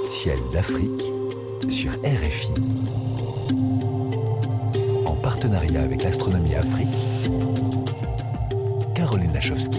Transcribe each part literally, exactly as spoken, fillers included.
Ciel d'Afrique sur R F I. En partenariat avec l'Astronomie Afrique, Caroline Lachowski.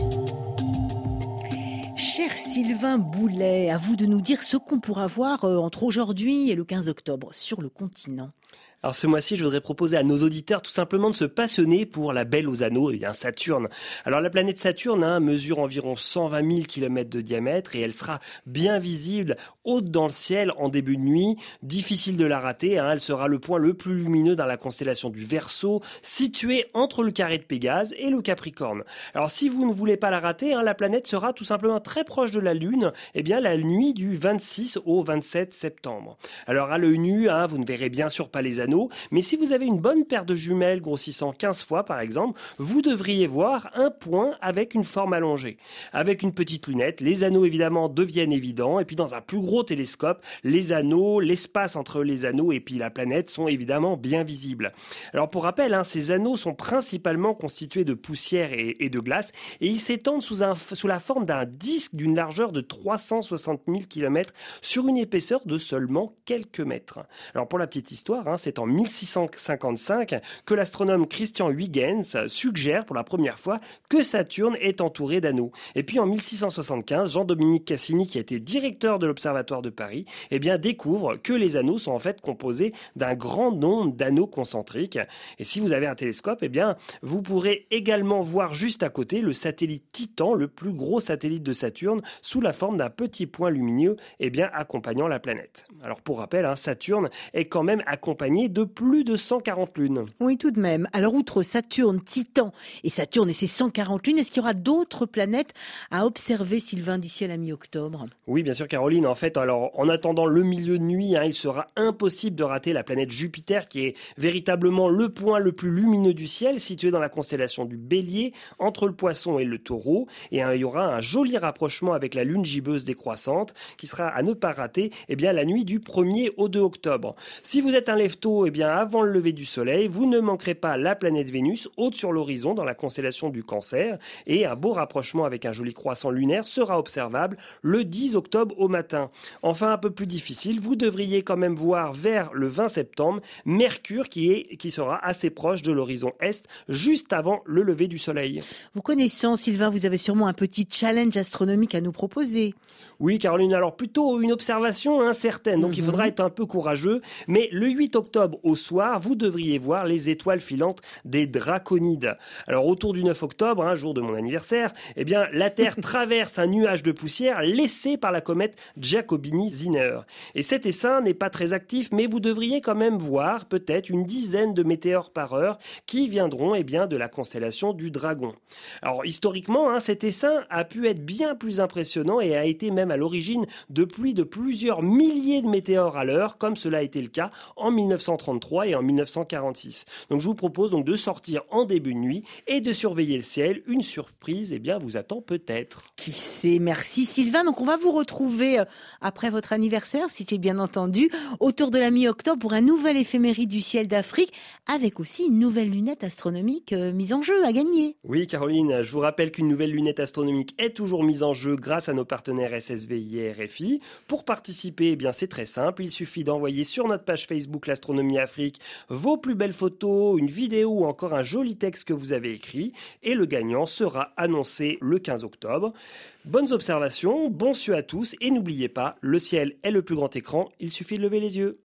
Cher Sylvain Boulet, à vous de nous dire ce qu'on pourra voir entre aujourd'hui et le quinze octobre sur le continent. Alors ce mois-ci, je voudrais proposer à nos auditeurs tout simplement de se passionner pour la belle aux anneaux, et bien Saturne. Alors la planète Saturne hein, mesure environ cent vingt mille kilomètres de diamètre et elle sera bien visible haute dans le ciel en début de nuit. Difficile de la rater, hein, elle sera le point le plus lumineux dans la constellation du Verseau, situé entre le carré de Pégase et le Capricorne. Alors si vous ne voulez pas la rater, hein, la planète sera tout simplement très proche de la Lune, et bien la nuit du vingt-six au vingt-sept septembre. Alors à l'œil nu, hein, vous ne verrez bien sûr pas les anneaux, mais si vous avez une bonne paire de jumelles grossissant quinze fois par exemple, vous devriez voir un point avec une forme allongée. Avec une petite lunette, les anneaux évidemment deviennent évidents, et puis dans un plus gros télescope, les anneaux, l'espace entre les anneaux et puis la planète sont évidemment bien visibles. Alors pour rappel, hein, ces anneaux sont principalement constitués de poussière et, et de glace, et ils s'étendent sous, un, sous la forme d'un disque d'une largeur de trois cent soixante mille kilomètres sur une épaisseur de seulement quelques mètres. Alors pour la petite histoire, hein, c'est en mille six cent cinquante-cinq que l'astronome Christian Huygens suggère pour la première fois que Saturne est entouré d'anneaux. Et puis en mille six cent soixante-quinze, Jean-Dominique Cassini, qui était directeur de l'Observatoire de Paris, eh bien, découvre que les anneaux sont en fait composés d'un grand nombre d'anneaux concentriques. Et si vous avez un télescope, eh bien, vous pourrez également voir juste à côté le satellite Titan, le plus gros satellite de Saturne, sous la forme d'un petit point lumineux eh bien, accompagnant la planète. Alors pour rappel, hein, Saturne est quand même accompagné de plus de cent quarante lunes. Oui, tout de même. Alors, outre Saturne, Titan et Saturne et ses cent quarante lunes, est-ce qu'il y aura d'autres planètes à observer, Sylvain, d'ici à la mi-octobre ? Oui, bien sûr, Caroline. En fait, alors, en attendant le milieu de nuit, hein, il sera impossible de rater la planète Jupiter, qui est véritablement le point le plus lumineux du ciel, situé dans la constellation du Bélier, entre le Poisson et le Taureau. Et hein, il y aura un joli rapprochement avec la lune gibbeuse décroissante, qui sera à ne pas rater eh bien, la nuit du premier au deux octobre. Si vous êtes un lève-tôt, eh bien, avant le lever du soleil, vous ne manquerez pas la planète Vénus, haute sur l'horizon dans la constellation du Cancer, et un beau rapprochement avec un joli croissant lunaire sera observable le dix octobre au matin. Enfin, un peu plus difficile, vous devriez quand même voir vers le vingt septembre Mercure qui, est, qui sera assez proche de l'horizon est, juste avant le lever du soleil. Vous connaissant, Sylvain, vous avez sûrement un petit challenge astronomique à nous proposer. Oui, Caroline, alors plutôt une observation incertaine, donc mm-hmm. il faudra être un peu courageux, mais le huit octobre au soir, vous devriez voir les étoiles filantes des Draconides. Alors autour du neuf octobre, un jour de mon anniversaire, eh bien la Terre traverse un nuage de poussière laissé par la comète Giacobini-Zinner. Et cet essaim n'est pas très actif, mais vous devriez quand même voir peut-être une dizaine de météores par heure qui viendront eh bien, de la constellation du Dragon. Alors historiquement, hein, cet essaim a pu être bien plus impressionnant et a été même à l'origine de pluies de plusieurs milliers de météores à l'heure, comme cela a été le cas en mille neuf cent trente-trois et en mille neuf cent quarante-six. Donc je vous propose donc de sortir en début de nuit et de surveiller le ciel. Une surprise, eh bien, vous attend peut-être. Qui sait, merci Sylvain. Donc on va vous retrouver après votre anniversaire, si j'ai bien entendu, autour de la mi-octobre pour un nouvel éphéméride du ciel d'Afrique, avec aussi une nouvelle lunette astronomique euh, mise en jeu à gagner. Oui Caroline, je vous rappelle qu'une nouvelle lunette astronomique est toujours mise en jeu grâce à nos partenaires S S V I et R F I. Pour participer, eh bien, c'est très simple, il suffit d'envoyer sur notre page Facebook l'Astronomie Afrique vos plus belles photos, une vidéo ou encore un joli texte que vous avez écrit et le gagnant sera annoncé le quinze octobre. Bonnes observations, bon cieux à tous et n'oubliez pas, le ciel est le plus grand écran, il suffit de lever les yeux.